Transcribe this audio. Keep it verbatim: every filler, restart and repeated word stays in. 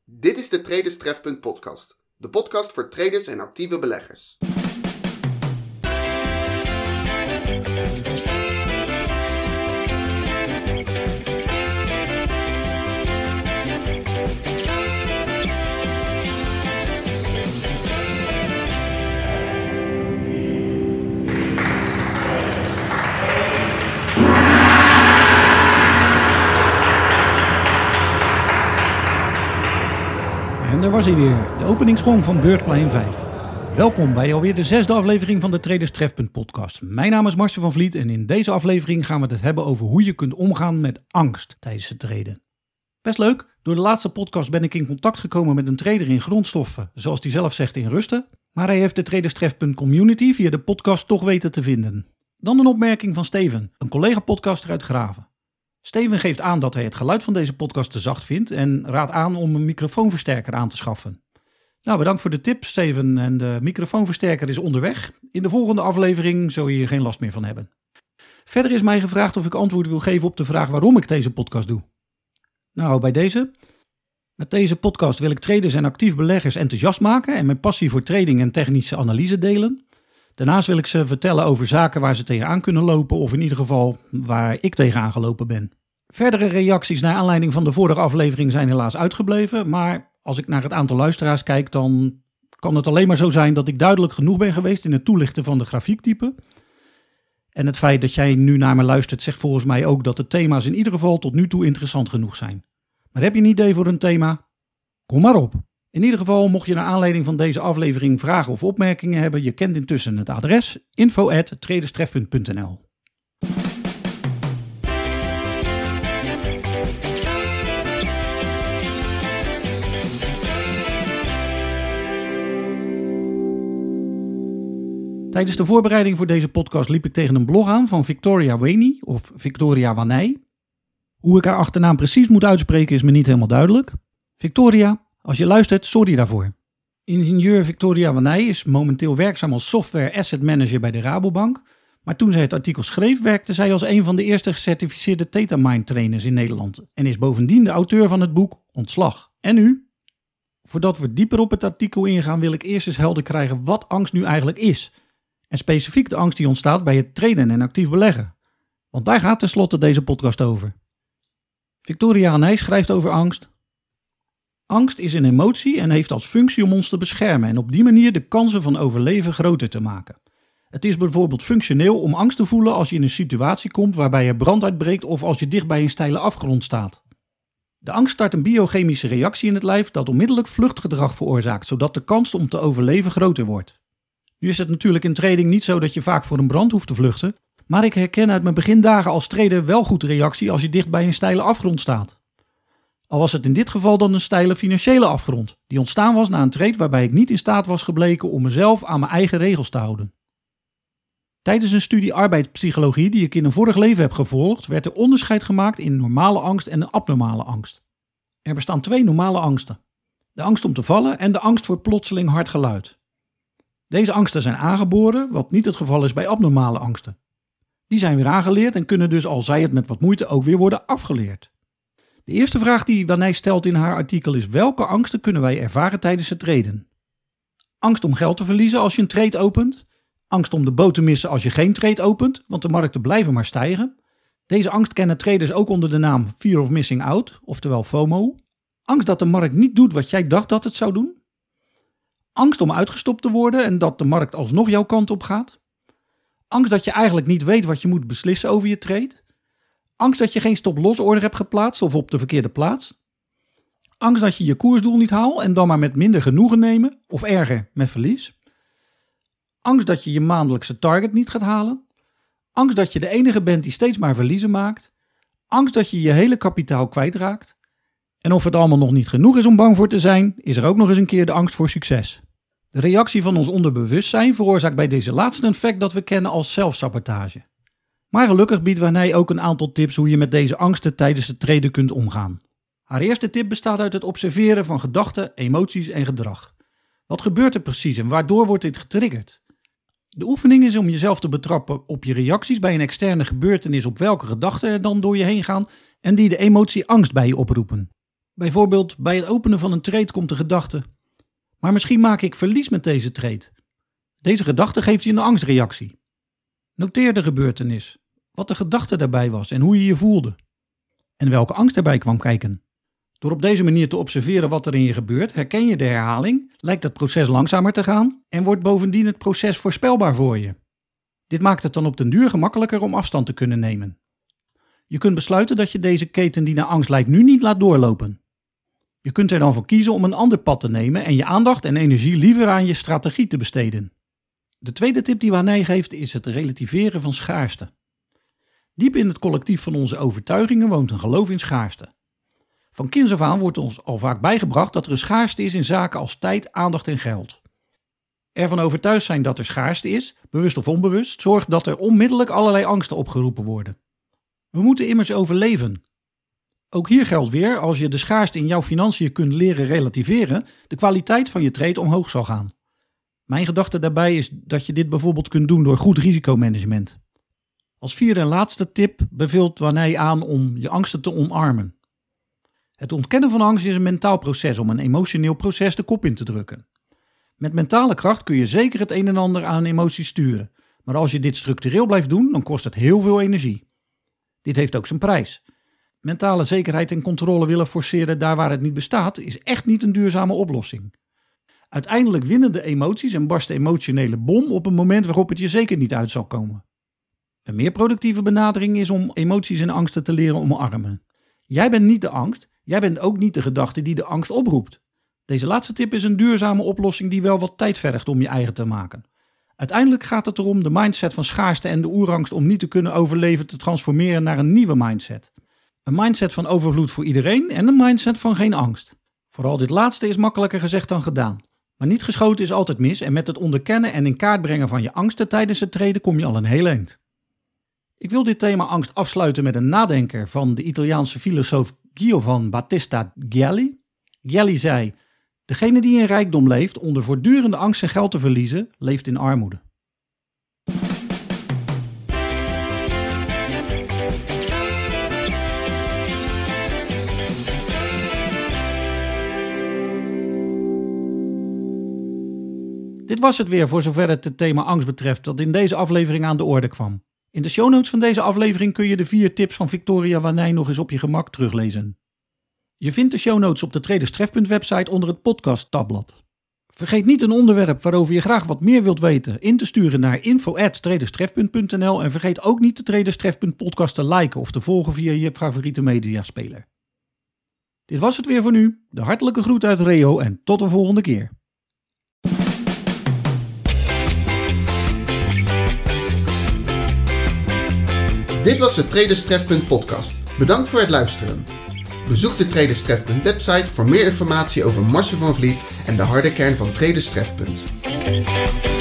Dit is de Traders Trefpunt podcast. De podcast voor traders en actieve beleggers. En daar was hij weer, de openingsgong van Beursplein vijf. Welkom bij alweer de zesde aflevering van de Traders Trefpunt podcast. Mijn naam is Marcel van Vliet en in deze aflevering gaan we het hebben over hoe je kunt omgaan met angst tijdens het traden. Best leuk, door de laatste podcast ben ik in contact gekomen met een trader in grondstoffen, zoals hij zelf zegt in rusten. Maar hij heeft de Traders Trefpunt community via de podcast toch weten te vinden. Dan een opmerking van Steven, een collega-podcaster uit Graven. Steven geeft aan dat hij het geluid van deze podcast te zacht vindt en raadt aan om een microfoonversterker aan te schaffen. Nou, bedankt voor de tip, Steven, en de microfoonversterker is onderweg. In de volgende aflevering zul je hier geen last meer van hebben. Verder is mij gevraagd of ik antwoord wil geven op de vraag waarom ik deze podcast doe. Nou, bij deze. Met deze podcast wil ik traders en actief beleggers enthousiast maken en mijn passie voor trading en technische analyse delen. Daarnaast wil ik ze vertellen over zaken waar ze tegenaan kunnen lopen of in ieder geval waar ik tegenaan gelopen ben. Verdere reacties naar aanleiding van de vorige aflevering zijn helaas uitgebleven, maar als ik naar het aantal luisteraars kijk, dan kan het alleen maar zo zijn dat ik duidelijk genoeg ben geweest in het toelichten van de grafiektype. En het feit dat jij nu naar me luistert zegt volgens mij ook dat de thema's in ieder geval tot nu toe interessant genoeg zijn. Maar heb je een idee voor een thema? Kom maar op. In ieder geval, mocht je naar aanleiding van deze aflevering vragen of opmerkingen hebben, je kent intussen het adres info at traderstrefpunt punt n l. Tijdens de voorbereiding voor deze podcast liep ik tegen een blog aan van Victoria Waney of Victoria Waney. Hoe ik haar achternaam precies moet uitspreken is me niet helemaal duidelijk. Victoria, als je luistert, sorry daarvoor. Ingenieur Victoria Waney is momenteel werkzaam als software asset manager bij de Rabobank. Maar toen zij het artikel schreef, werkte zij als een van de eerste gecertificeerde Theta-Mind trainers in Nederland. En is bovendien de auteur van het boek Ontslag. En u? Voordat we dieper op het artikel ingaan, wil ik eerst eens helder krijgen wat angst nu eigenlijk is. En specifiek de angst die ontstaat bij het traden en actief beleggen. Want daar gaat tenslotte deze podcast over. Victoria Waney schrijft over angst. Angst is een emotie en heeft als functie om ons te beschermen en op die manier de kansen van overleven groter te maken. Het is bijvoorbeeld functioneel om angst te voelen als je in een situatie komt waarbij er brand uitbreekt of als je dicht bij een steile afgrond staat. De angst start een biochemische reactie in het lijf dat onmiddellijk vluchtgedrag veroorzaakt, zodat de kans om te overleven groter wordt. Nu is het natuurlijk in trading niet zo dat je vaak voor een brand hoeft te vluchten, maar ik herken uit mijn begindagen als trader wel goed de reactie als je dicht bij een steile afgrond staat. Al was het in dit geval dan een steile financiële afgrond, die ontstaan was na een trade waarbij ik niet in staat was gebleken om mezelf aan mijn eigen regels te houden. Tijdens een studie arbeidspsychologie die ik in een vorig leven heb gevolgd, werd er onderscheid gemaakt in normale angst en een abnormale angst. Er bestaan twee normale angsten. De angst om te vallen en de angst voor plotseling hard geluid. Deze angsten zijn aangeboren, wat niet het geval is bij abnormale angsten. Die zijn weer aangeleerd en kunnen dus, al zij het met wat moeite, ook weer worden afgeleerd. De eerste vraag die Waney stelt in haar artikel is: welke angsten kunnen wij ervaren tijdens het traden? Angst om geld te verliezen als je een trade opent. Angst om de boot te missen als je geen trade opent, want de markten blijven maar stijgen. Deze angst kennen traders ook onder de naam Fear of Missing Out, oftewel FOMO. Angst dat de markt niet doet wat jij dacht dat het zou doen. Angst om uitgestopt te worden en dat de markt alsnog jouw kant op gaat. Angst dat je eigenlijk niet weet wat je moet beslissen over je trade. Angst dat je geen stop-loss order hebt geplaatst of op de verkeerde plaats. Angst dat je je koersdoel niet haalt en dan maar met minder genoegen nemen, of erger, met verlies. Angst dat je je maandelijkse target niet gaat halen. Angst dat je de enige bent die steeds maar verliezen maakt. Angst dat je je hele kapitaal kwijtraakt. En of het allemaal nog niet genoeg is om bang voor te zijn, is er ook nog eens een keer de angst voor succes. De reactie van ons onderbewustzijn veroorzaakt bij deze laatste een effect dat we kennen als zelfsabotage. Maar gelukkig biedt Waney ook een aantal tips hoe je met deze angsten tijdens het traden kunt omgaan. Haar eerste tip bestaat uit het observeren van gedachten, emoties en gedrag. Wat gebeurt er precies en waardoor wordt dit getriggerd? De oefening is om jezelf te betrappen op je reacties bij een externe gebeurtenis op welke gedachten er dan door je heen gaan en die de emotie angst bij je oproepen. Bijvoorbeeld bij het openen van een trade komt de gedachte: maar misschien maak ik verlies met deze trade. Deze gedachte geeft je een angstreactie. Noteer de gebeurtenis, wat de gedachte daarbij was en hoe je je voelde. En welke angst erbij kwam kijken. Door op deze manier te observeren wat er in je gebeurt, herken je de herhaling, lijkt het proces langzamer te gaan en wordt bovendien het proces voorspelbaar voor je. Dit maakt het dan op den duur gemakkelijker om afstand te kunnen nemen. Je kunt besluiten dat je deze keten die naar angst leidt nu niet laat doorlopen. Je kunt er dan voor kiezen om een ander pad te nemen en je aandacht en energie liever aan je strategie te besteden. De tweede tip die Wanei geeft is het relativeren van schaarste. Diep in het collectief van onze overtuigingen woont een geloof in schaarste. Van kinds af aan wordt ons al vaak bijgebracht dat er een schaarste is in zaken als tijd, aandacht en geld. Ervan overtuigd zijn dat er schaarste is, bewust of onbewust, zorgt dat er onmiddellijk allerlei angsten opgeroepen worden. We moeten immers overleven. Ook hier geldt weer, als je de schaarste in jouw financiën kunt leren relativeren, de kwaliteit van je trade omhoog zal gaan. Mijn gedachte daarbij is dat je dit bijvoorbeeld kunt doen door goed risicomanagement. Als vierde en laatste tip beveelt Wanei aan om je angsten te omarmen. Het ontkennen van angst is een mentaal proces om een emotioneel proces de kop in te drukken. Met mentale kracht kun je zeker het een en ander aan emoties sturen, maar als je dit structureel blijft doen, dan kost het heel veel energie. Dit heeft ook zijn prijs. Mentale zekerheid en controle willen forceren daar waar het niet bestaat, is echt niet een duurzame oplossing. Uiteindelijk winnen de emoties en barst de emotionele bom op een moment waarop het je zeker niet uit zal komen. Een meer productieve benadering is om emoties en angsten te leren omarmen. Jij bent niet de angst, jij bent ook niet de gedachte die de angst oproept. Deze laatste tip is een duurzame oplossing die wel wat tijd vergt om je eigen te maken. Uiteindelijk gaat het erom de mindset van schaarste en de oerangst om niet te kunnen overleven te transformeren naar een nieuwe mindset. Een mindset van overvloed voor iedereen en een mindset van geen angst. Vooral dit laatste is makkelijker gezegd dan gedaan. Maar niet geschoten is altijd mis en met het onderkennen en in kaart brengen van je angsten tijdens het traden kom je al een heel eind. Ik wil dit thema angst afsluiten met een nadenker van de Italiaanse filosoof Giovan Battista Ghiali. Ghiali zei: degene die in rijkdom leeft onder voortdurende angst zijn geld te verliezen, leeft in armoede. Dit was het weer voor zover het het thema angst betreft dat in deze aflevering aan de orde kwam. In de show notes van deze aflevering kun je de vier tips van Victoria Wanei nog eens op je gemak teruglezen. Je vindt de show notes op de Traders Trefpunt website onder het podcast tabblad. Vergeet niet een onderwerp waarover je graag wat meer wilt weten in te sturen naar info at traderstrefpunt punt n l en vergeet ook niet de Traders Trefpunt podcast te liken of te volgen via je favoriete mediaspeler. Dit was het weer voor nu. De hartelijke groet uit Reo en tot een volgende keer. Dit was de Traders Trefpunt podcast. Bedankt voor het luisteren. Bezoek de Traders Trefpunt website voor meer informatie over Marcel van Vliet en de harde kern van Traders Trefpunt.